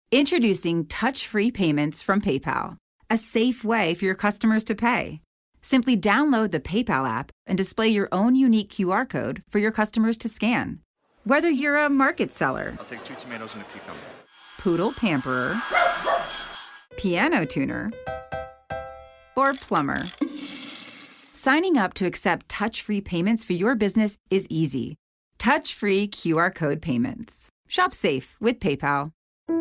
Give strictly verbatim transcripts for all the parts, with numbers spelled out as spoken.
Introducing touch-free payments from PayPal, a safe way for your customers to pay. Simply download the PayPal app and display your own unique Q R code for your customers to scan. Whether you're a market seller, I'll take two tomatoes and a cucumber. Poodle pamperer, piano tuner, or plumber, signing up to accept touch-free payments for your business is easy. Touch-free Q R code payments. Shop safe with PayPal.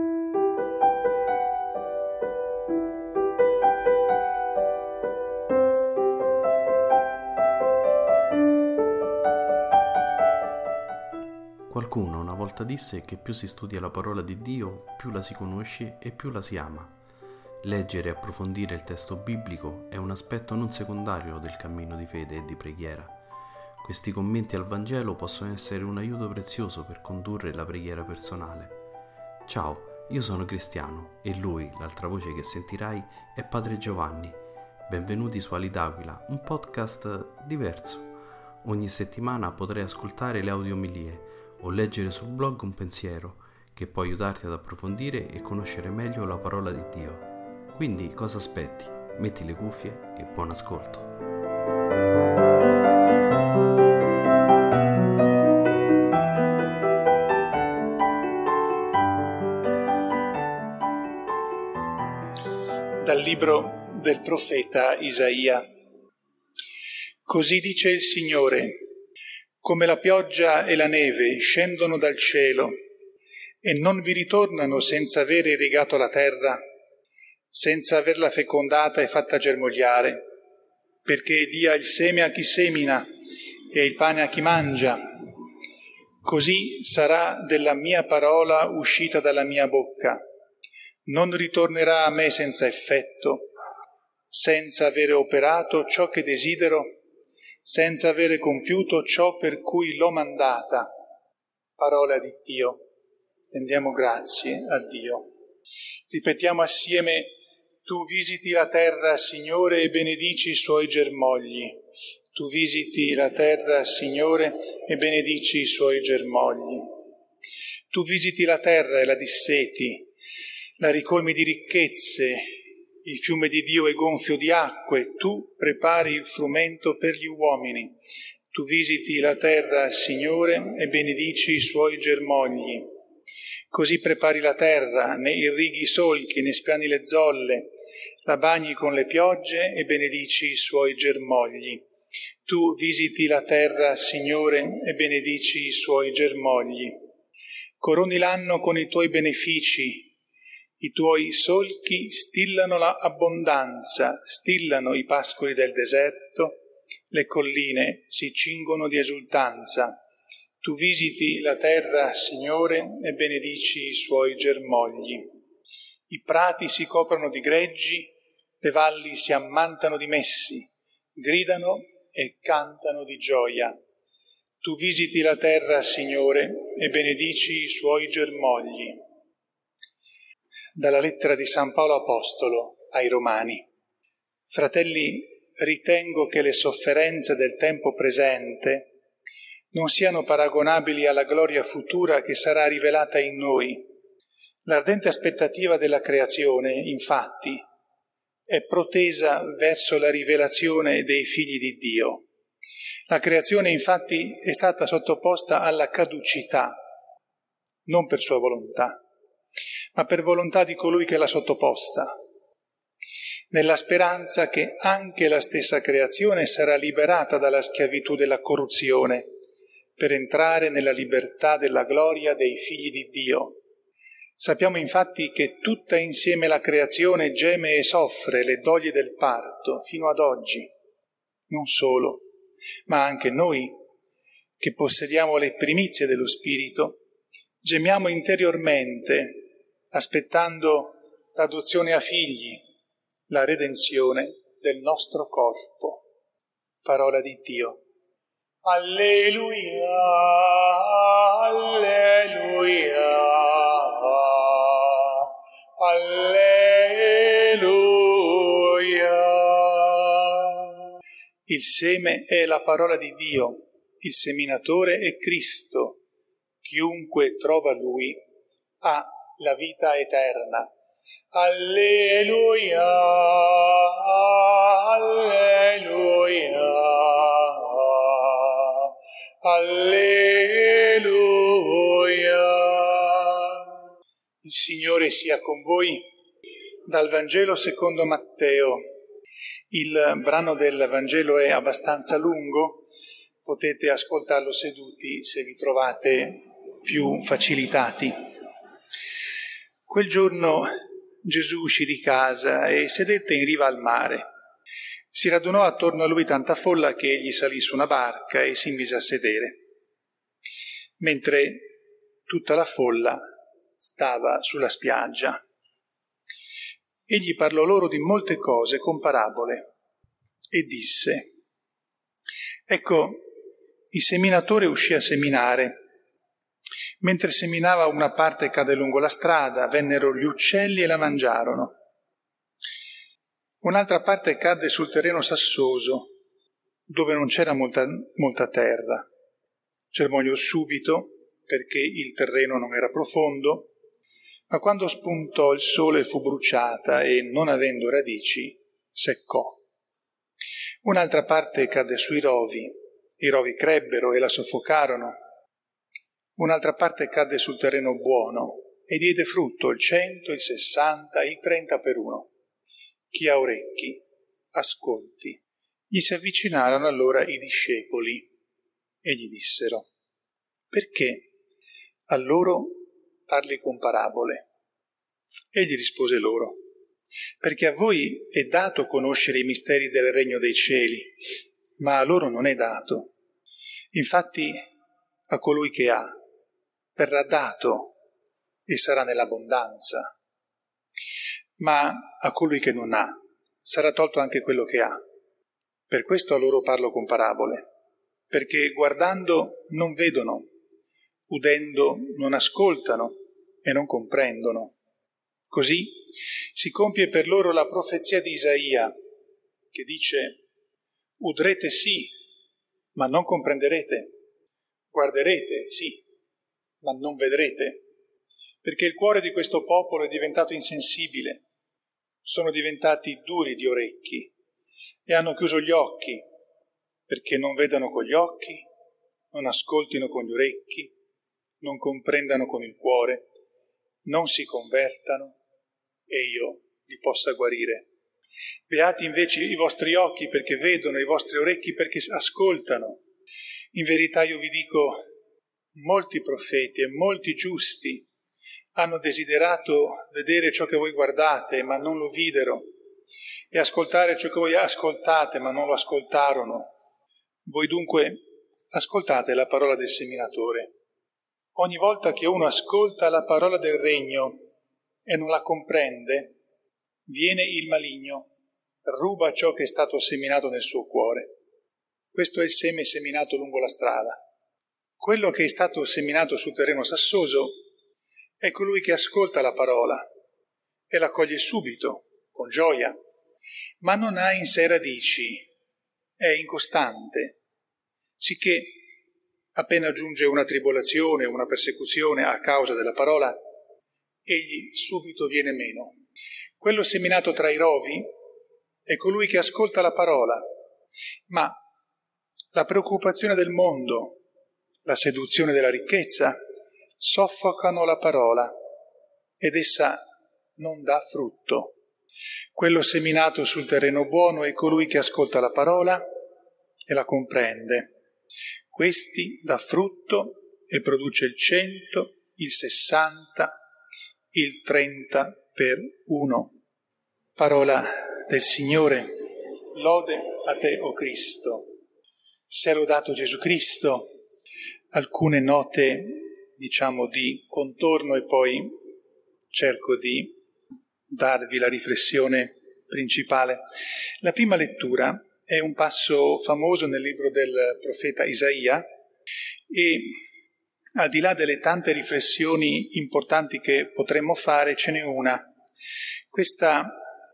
Qualcuno una volta disse che più si studia la parola di Dio, più la si conosce e più la si ama. Leggere e approfondire il testo biblico è un aspetto non secondario del cammino di fede e di preghiera. Questi commenti al Vangelo possono essere un aiuto prezioso per condurre la preghiera personale. Ciao, io sono Cristiano e lui, l'altra voce che sentirai, è Padre Giovanni. Benvenuti su Ali d'Aquila, un podcast diverso. Ogni settimana potrai ascoltare le audiomilie o leggere sul blog un pensiero che può aiutarti ad approfondire e conoscere meglio la parola di Dio. Quindi cosa aspetti? Metti le cuffie e buon ascolto. Dal libro del profeta Isaia. Così dice il Signore: come la pioggia e la neve scendono dal cielo e non vi ritornano senza aver irrigato la terra, senza averla fecondata e fatta germogliare, perché dia il seme a chi semina e il pane a chi mangia, così sarà della mia parola uscita dalla mia bocca. Non ritornerà a me senza effetto, senza avere operato ciò che desidero, senza avere compiuto ciò per cui l'ho mandata. Parola di Dio. Rendiamo grazie a Dio. Ripetiamo assieme: tu visiti la terra, Signore, e benedici i suoi germogli. Tu visiti la terra, Signore, e benedici i suoi germogli. Tu visiti la terra e la disseti, la ricolmi di ricchezze, il fiume di Dio è gonfio di acque, tu prepari il frumento per gli uomini. Tu visiti la terra, Signore, e benedici i suoi germogli. Così prepari la terra, ne irrighi i solchi, ne spiani le zolle, la bagni con le piogge e benedici i suoi germogli. Tu visiti la terra, Signore, e benedici i suoi germogli. Coroni l'anno con i tuoi benefici, i tuoi solchi stillano l'abbondanza, stillano i pascoli del deserto, le colline si cingono di esultanza. Tu visiti la terra, Signore, e benedici i suoi germogli. I prati si coprono di greggi, le valli si ammantano di messi, gridano e cantano di gioia. Tu visiti la terra, Signore, e benedici i suoi germogli. Dalla lettera di San Paolo Apostolo ai Romani. Fratelli, ritengo che le sofferenze del tempo presente non siano paragonabili alla gloria futura che sarà rivelata in noi. L'ardente aspettativa della creazione, infatti, è protesa verso la rivelazione dei figli di Dio. La creazione, infatti, è stata sottoposta alla caducità, non per sua volontà, ma per volontà di colui che l'ha sottoposta, nella speranza che anche la stessa creazione sarà liberata dalla schiavitù della corruzione, per entrare nella libertà della gloria dei figli di Dio. Sappiamo infatti che tutta insieme la creazione geme e soffre le doglie del parto fino ad oggi. Non solo, ma anche noi, che possediamo le primizie dello Spirito, gemiamo interiormente, aspettando l'adozione a figli, la redenzione del nostro corpo. Parola di Dio. Alleluia, alleluia, alleluia. Il seme è la parola di Dio, il seminatore è Cristo. Chiunque trova Lui ha la vita eterna. Alleluia, alleluia, alleluia. Il Signore sia con voi. Dal Vangelo secondo Matteo. Il brano del Vangelo è abbastanza lungo, potete ascoltarlo seduti se vi trovate più facilitati. Quel giorno Gesù uscì di casa e sedette in riva al mare. Si radunò attorno a lui tanta folla che egli salì su una barca e si mise a sedere, mentre tutta la folla stava sulla spiaggia. Egli parlò loro di molte cose con parabole e disse: Ecco, il seminatore uscì a seminare. Mentre seminava, una parte cadde lungo la strada, vennero gli uccelli e la mangiarono. Un'altra parte cadde sul terreno sassoso, dove non c'era molta, molta terra. Germogliò subito, perché il terreno non era profondo, ma quando spuntò il sole fu bruciata e, non avendo radici, seccò. Un'altra parte cadde sui rovi, i rovi crebbero e la soffocarono. Un'altra parte cadde sul terreno buono e diede frutto il cento, il sessanta, il trenta per uno. Chi ha orecchi, ascolti. Gli si avvicinarono allora i discepoli e gli dissero: Perché a loro parli con parabole? Egli rispose loro: Perché a voi è dato conoscere i misteri del regno dei cieli, ma a loro non è dato. Infatti a colui che ha verrà dato e sarà nell'abbondanza, ma a colui che non ha sarà tolto anche quello che ha. Per questo a loro parlo con parabole, perché guardando non vedono, udendo non ascoltano e non comprendono. Così si compie per loro la profezia di Isaia, che dice: Udrete sì, ma non comprenderete. Guarderete sì, ma non vedrete. Perché il cuore di questo popolo è diventato insensibile. Sono diventati duri di orecchi e hanno chiuso gli occhi, perché non vedano con gli occhi, non ascoltino con gli orecchi, non comprendano con il cuore, non si convertano e io li possa guarire. Beati invece i vostri occhi perché vedono, i vostri orecchi perché ascoltano. In verità io vi dico, molti profeti e molti giusti hanno desiderato vedere ciò che voi guardate, ma non lo videro, e ascoltare ciò che voi ascoltate, ma non lo ascoltarono. Voi dunque ascoltate la parola del seminatore. Ogni volta che uno ascolta la parola del regno e non la comprende, viene il maligno, ruba ciò che è stato seminato nel suo cuore. Questo è il seme seminato lungo la strada. Quello che è stato seminato sul terreno sassoso è colui che ascolta la parola e la coglie subito, con gioia, ma non ha in sé radici, è incostante, sicché appena giunge una tribolazione, una persecuzione a causa della parola, egli subito viene meno. Quello seminato tra i rovi è colui che ascolta la parola, ma la preoccupazione del mondo, la seduzione della ricchezza, soffocano la parola ed essa non dà frutto. Quello seminato sul terreno buono è colui che ascolta la parola e la comprende. Questi dà frutto e produce il cento, il sessanta, il trenta per uno. Parola del Signore, lode a te, o Cristo. Sia lodato Gesù Cristo. Alcune note, diciamo, di contorno e poi cerco di darvi la riflessione principale. La prima lettura è un passo famoso nel libro del profeta Isaia e al di là delle tante riflessioni importanti che potremmo fare, ce n'è una. Questa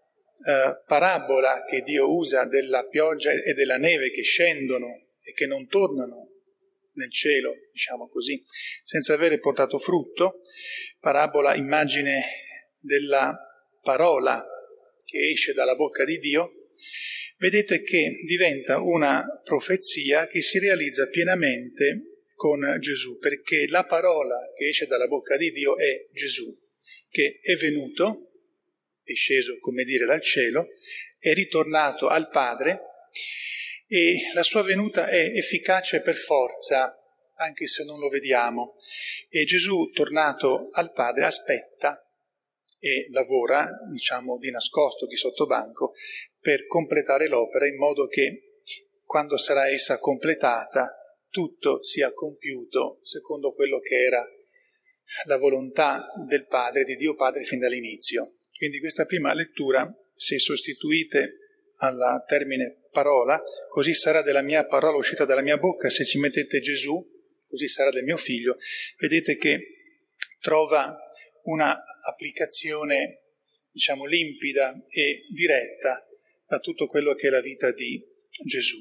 eh, parabola che Dio usa della pioggia e della neve che scendono e che non tornano nel cielo, diciamo così, senza avere portato frutto, parabola, immagine della parola che esce dalla bocca di Dio, vedete che diventa una profezia che si realizza pienamente con Gesù, perché la parola che esce dalla bocca di Dio è Gesù, che è venuto, è sceso, come dire, dal cielo, è ritornato al Padre, e la sua venuta è efficace per forza, anche se non lo vediamo. E Gesù, tornato al Padre, aspetta e lavora, diciamo, di nascosto, di sottobanco, per completare l'opera, in modo che, quando sarà essa completata, tutto sia compiuto secondo quello che era la volontà del Padre, di Dio Padre, fin dall'inizio. Quindi questa prima lettura, se sostituite al termine parola, così sarà della mia parola uscita dalla mia bocca, se ci mettete Gesù, così sarà del mio figlio, vedete che trova una applicazione, diciamo, limpida e diretta a tutto quello che è la vita di Gesù.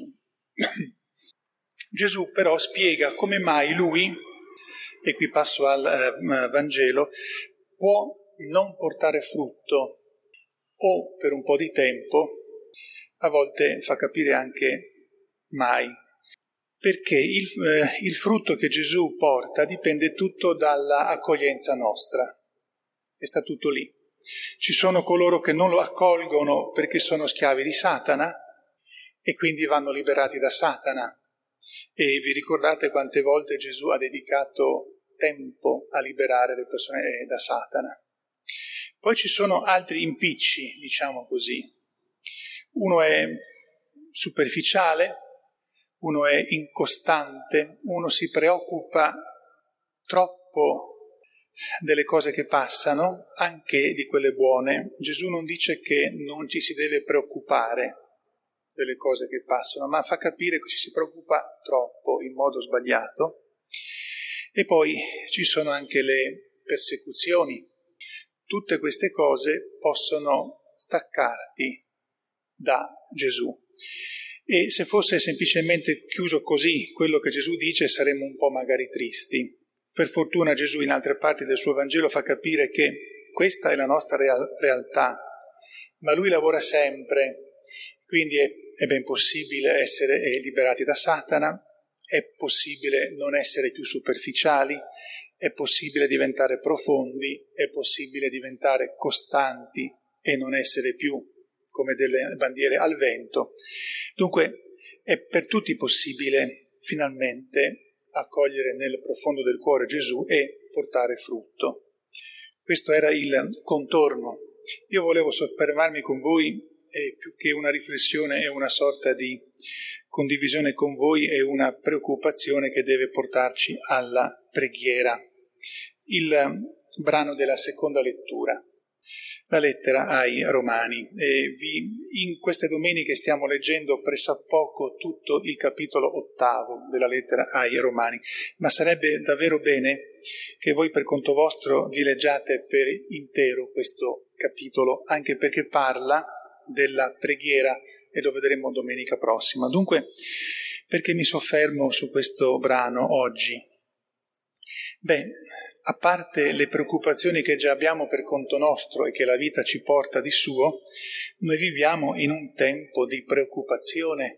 Gesù però spiega come mai lui, e qui passo al eh, Vangelo, può non portare frutto o per un po' di tempo, a volte fa capire anche mai, perché il, eh, il frutto che Gesù porta dipende tutto dalla accoglienza nostra, e sta tutto lì. Ci sono coloro che non lo accolgono perché sono schiavi di Satana e quindi vanno liberati da Satana, e vi ricordate quante volte Gesù ha dedicato tempo a liberare le persone da Satana. Poi ci sono altri impicci, diciamo così. Uno è superficiale, uno è incostante, uno si preoccupa troppo delle cose che passano, anche di quelle buone. Gesù non dice che non ci si deve preoccupare delle cose che passano, ma fa capire che ci si preoccupa troppo, in modo sbagliato. E poi ci sono anche le persecuzioni. Tutte queste cose possono staccarti da Gesù. E se fosse semplicemente chiuso così quello che Gesù dice, saremmo un po' magari tristi. Per fortuna Gesù in altre parti del suo Vangelo fa capire che questa è la nostra real- realtà, ma lui lavora sempre, quindi è, è ben possibile essere eh, liberati da Satana, è possibile non essere più superficiali, è possibile diventare profondi, è possibile diventare costanti e non essere più come delle bandiere al vento. Dunque è per tutti possibile finalmente accogliere nel profondo del cuore Gesù e portare frutto. Questo era il contorno. Io volevo soffermarmi con voi, e più che una riflessione è una sorta di condivisione con voi e una preoccupazione che deve portarci alla preghiera. Il brano della seconda lettura, la lettera ai Romani. E vi, in queste domeniche stiamo leggendo pressappoco tutto il capitolo ottavo della lettera ai Romani, ma sarebbe davvero bene che voi per conto vostro vi leggiate per intero questo capitolo, anche perché parla della preghiera e lo vedremo domenica prossima. Dunque, perché mi soffermo su questo brano oggi? Beh, a parte le preoccupazioni che già abbiamo per conto nostro e che la vita ci porta di suo, noi viviamo in un tempo di preoccupazione.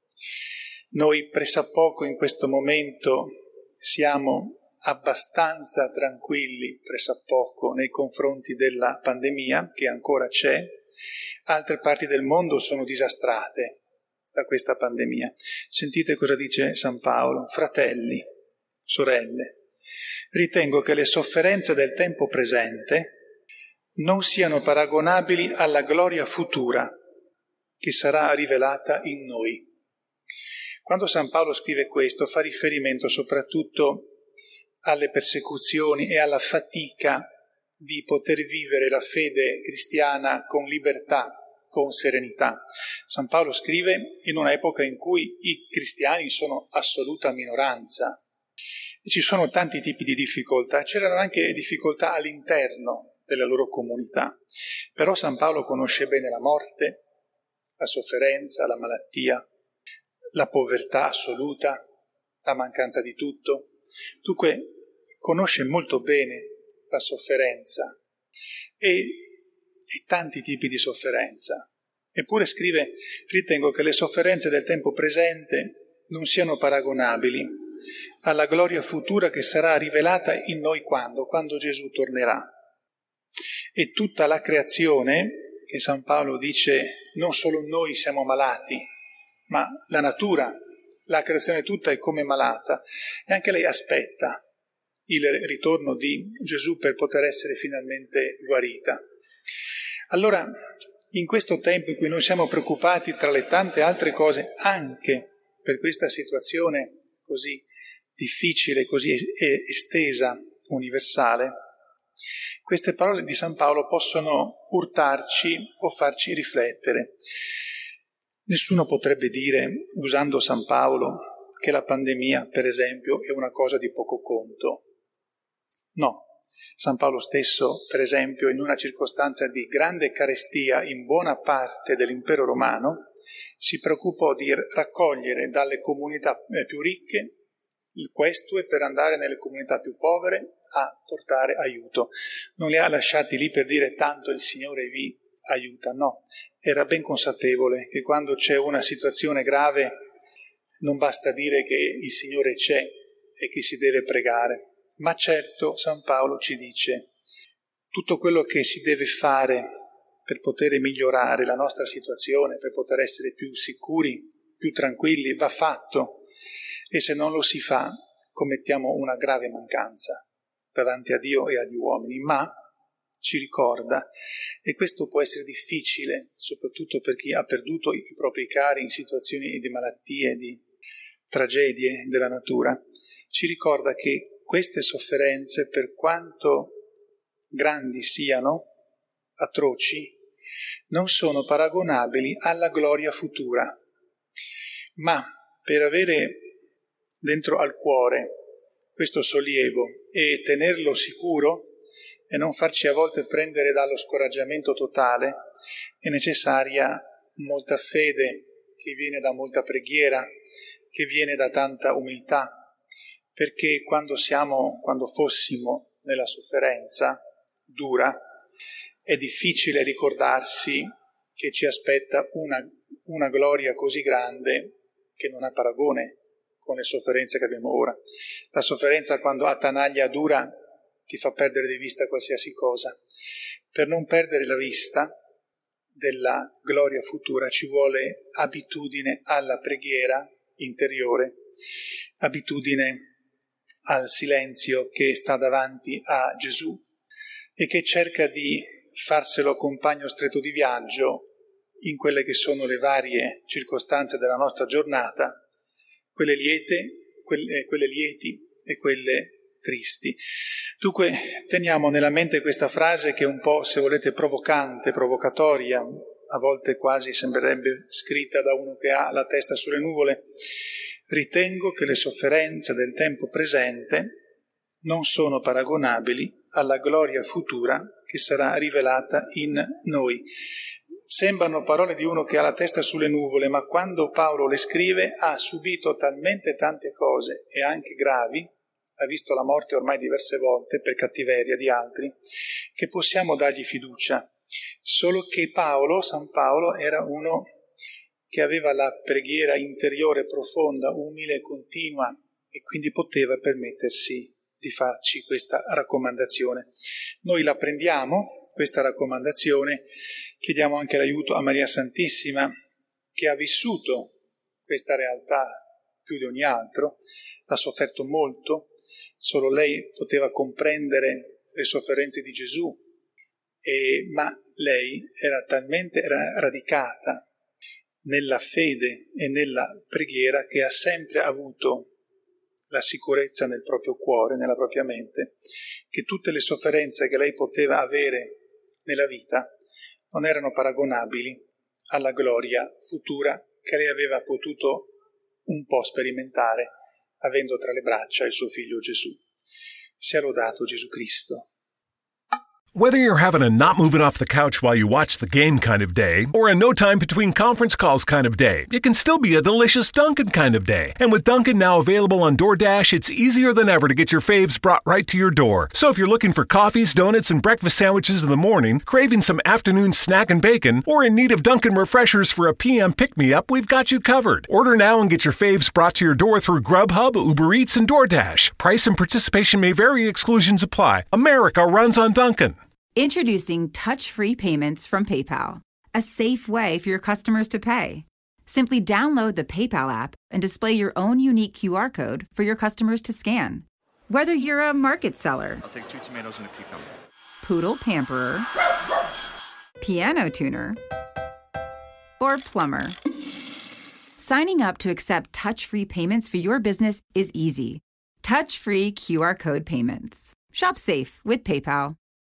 Noi pressappoco in questo momento siamo abbastanza tranquilli, pressappoco, nei confronti della pandemia, che ancora c'è. Altre parti del mondo sono disastrate da questa pandemia. Sentite cosa dice San Paolo: fratelli, sorelle, ritengo che le sofferenze del tempo presente non siano paragonabili alla gloria futura che sarà rivelata in noi. Quando San Paolo scrive questo, fa riferimento soprattutto alle persecuzioni e alla fatica di poter vivere la fede cristiana con libertà, con serenità. San Paolo scrive in un'epoca in cui i cristiani sono assoluta minoranza. Ci sono tanti tipi di difficoltà, c'erano anche difficoltà all'interno della loro comunità, però San Paolo conosce bene la morte, la sofferenza, la malattia, la povertà assoluta, la mancanza di tutto. Dunque conosce molto bene la sofferenza e, e tanti tipi di sofferenza. Eppure scrive: ritengo che le sofferenze del tempo presente non siano paragonabili alla gloria futura che sarà rivelata in noi quando? Quando Gesù tornerà. E tutta la creazione, che San Paolo dice non solo noi siamo malati, ma la natura, la creazione tutta è come malata, e anche lei aspetta il ritorno di Gesù per poter essere finalmente guarita. Allora, in questo tempo in cui noi siamo preoccupati tra le tante altre cose, anche per questa situazione così difficile, così estesa, universale, queste parole di San Paolo possono urtarci o farci riflettere. Nessuno potrebbe dire, usando San Paolo, che la pandemia, per esempio, è una cosa di poco conto. No, San Paolo stesso, per esempio, in una circostanza di grande carestia in buona parte dell'impero romano, si preoccupò di raccogliere dalle comunità più ricche il questue per andare nelle comunità più povere a portare aiuto. Non li ha lasciati lì per dire tanto il Signore vi aiuta, no. Era ben consapevole che quando c'è una situazione grave non basta dire che il Signore c'è e che si deve pregare. Ma certo San Paolo ci dice tutto quello che si deve fare per poter migliorare la nostra situazione, per poter essere più sicuri, più tranquilli, va fatto. E se non lo si fa, commettiamo una grave mancanza davanti a Dio e agli uomini. Ma ci ricorda, e questo può essere difficile, soprattutto per chi ha perduto i propri cari in situazioni di malattie, di tragedie della natura, ci ricorda che queste sofferenze, per quanto grandi siano, atroci, non sono paragonabili alla gloria futura. Ma per avere dentro al cuore questo sollievo e tenerlo sicuro e non farci a volte prendere dallo scoraggiamento totale, è necessaria molta fede che viene da molta preghiera, che viene da tanta umiltà, perché quando siamo, quando fossimo nella sofferenza dura, è difficile ricordarsi che ci aspetta una, una gloria così grande che non ha paragone con le sofferenze che abbiamo ora. La sofferenza, quando attanaglia dura, ti fa perdere di vista qualsiasi cosa. Per non perdere la vista della gloria futura ci vuole abitudine alla preghiera interiore, abitudine al silenzio che sta davanti a Gesù e che cerca di farselo compagno stretto di viaggio in quelle che sono le varie circostanze della nostra giornata, quelle liete, quelle, quelle lieti e quelle tristi. Dunque teniamo nella mente questa frase che è un po', se volete, provocante, provocatoria, a volte quasi sembrerebbe scritta da uno che ha la testa sulle nuvole. Ritengo che le sofferenze del tempo presente non sono paragonabili alla gloria futura che sarà rivelata in noi. Sembrano parole di uno che ha la testa sulle nuvole, ma quando Paolo le scrive ha subito talmente tante cose, e anche gravi, ha visto la morte ormai diverse volte per cattiveria di altri, che possiamo dargli fiducia. Solo che Paolo, San Paolo, era uno che aveva la preghiera interiore profonda, umile e continua, e quindi poteva permettersi di farci questa raccomandazione. Noi la prendiamo, questa raccomandazione, chiediamo anche l'aiuto a Maria Santissima, che ha vissuto questa realtà più di ogni altro, ha sofferto molto, solo lei poteva comprendere le sofferenze di Gesù, e, ma lei era talmente era radicata nella fede e nella preghiera che ha sempre avuto la sicurezza nel proprio cuore, nella propria mente, che tutte le sofferenze che lei poteva avere nella vita non erano paragonabili alla gloria futura che lei aveva potuto un po' sperimentare avendo tra le braccia il suo figlio Gesù. Sia lodato Gesù Cristo. Whether you're having a not moving off the couch while you watch the game kind of day, or a no time between conference calls kind of day, it can still be a delicious Dunkin' kind of day. And with Dunkin' now available on DoorDash, it's easier than ever to get your faves brought right to your door. So if you're looking for coffees, donuts, and breakfast sandwiches in the morning, craving some afternoon snack and bacon, or in need of Dunkin' refreshers for a P M pick-me-up, we've got you covered. Order now and get your faves brought to your door through Grubhub, Uber Eats, and DoorDash. Price and participation may vary. Exclusions apply. America runs on Dunkin'. Introducing touch-free payments from PayPal, a safe way for your customers to pay. Simply download the PayPal app and display your own unique Q R code for your customers to scan. Whether you're a market seller, I'll take two tomatoes and a cucumber. poodle pamperer, piano tuner, or plumber, signing up to accept touch-free payments for your business is easy. Touch-free Q R code payments. Shop safe with PayPal.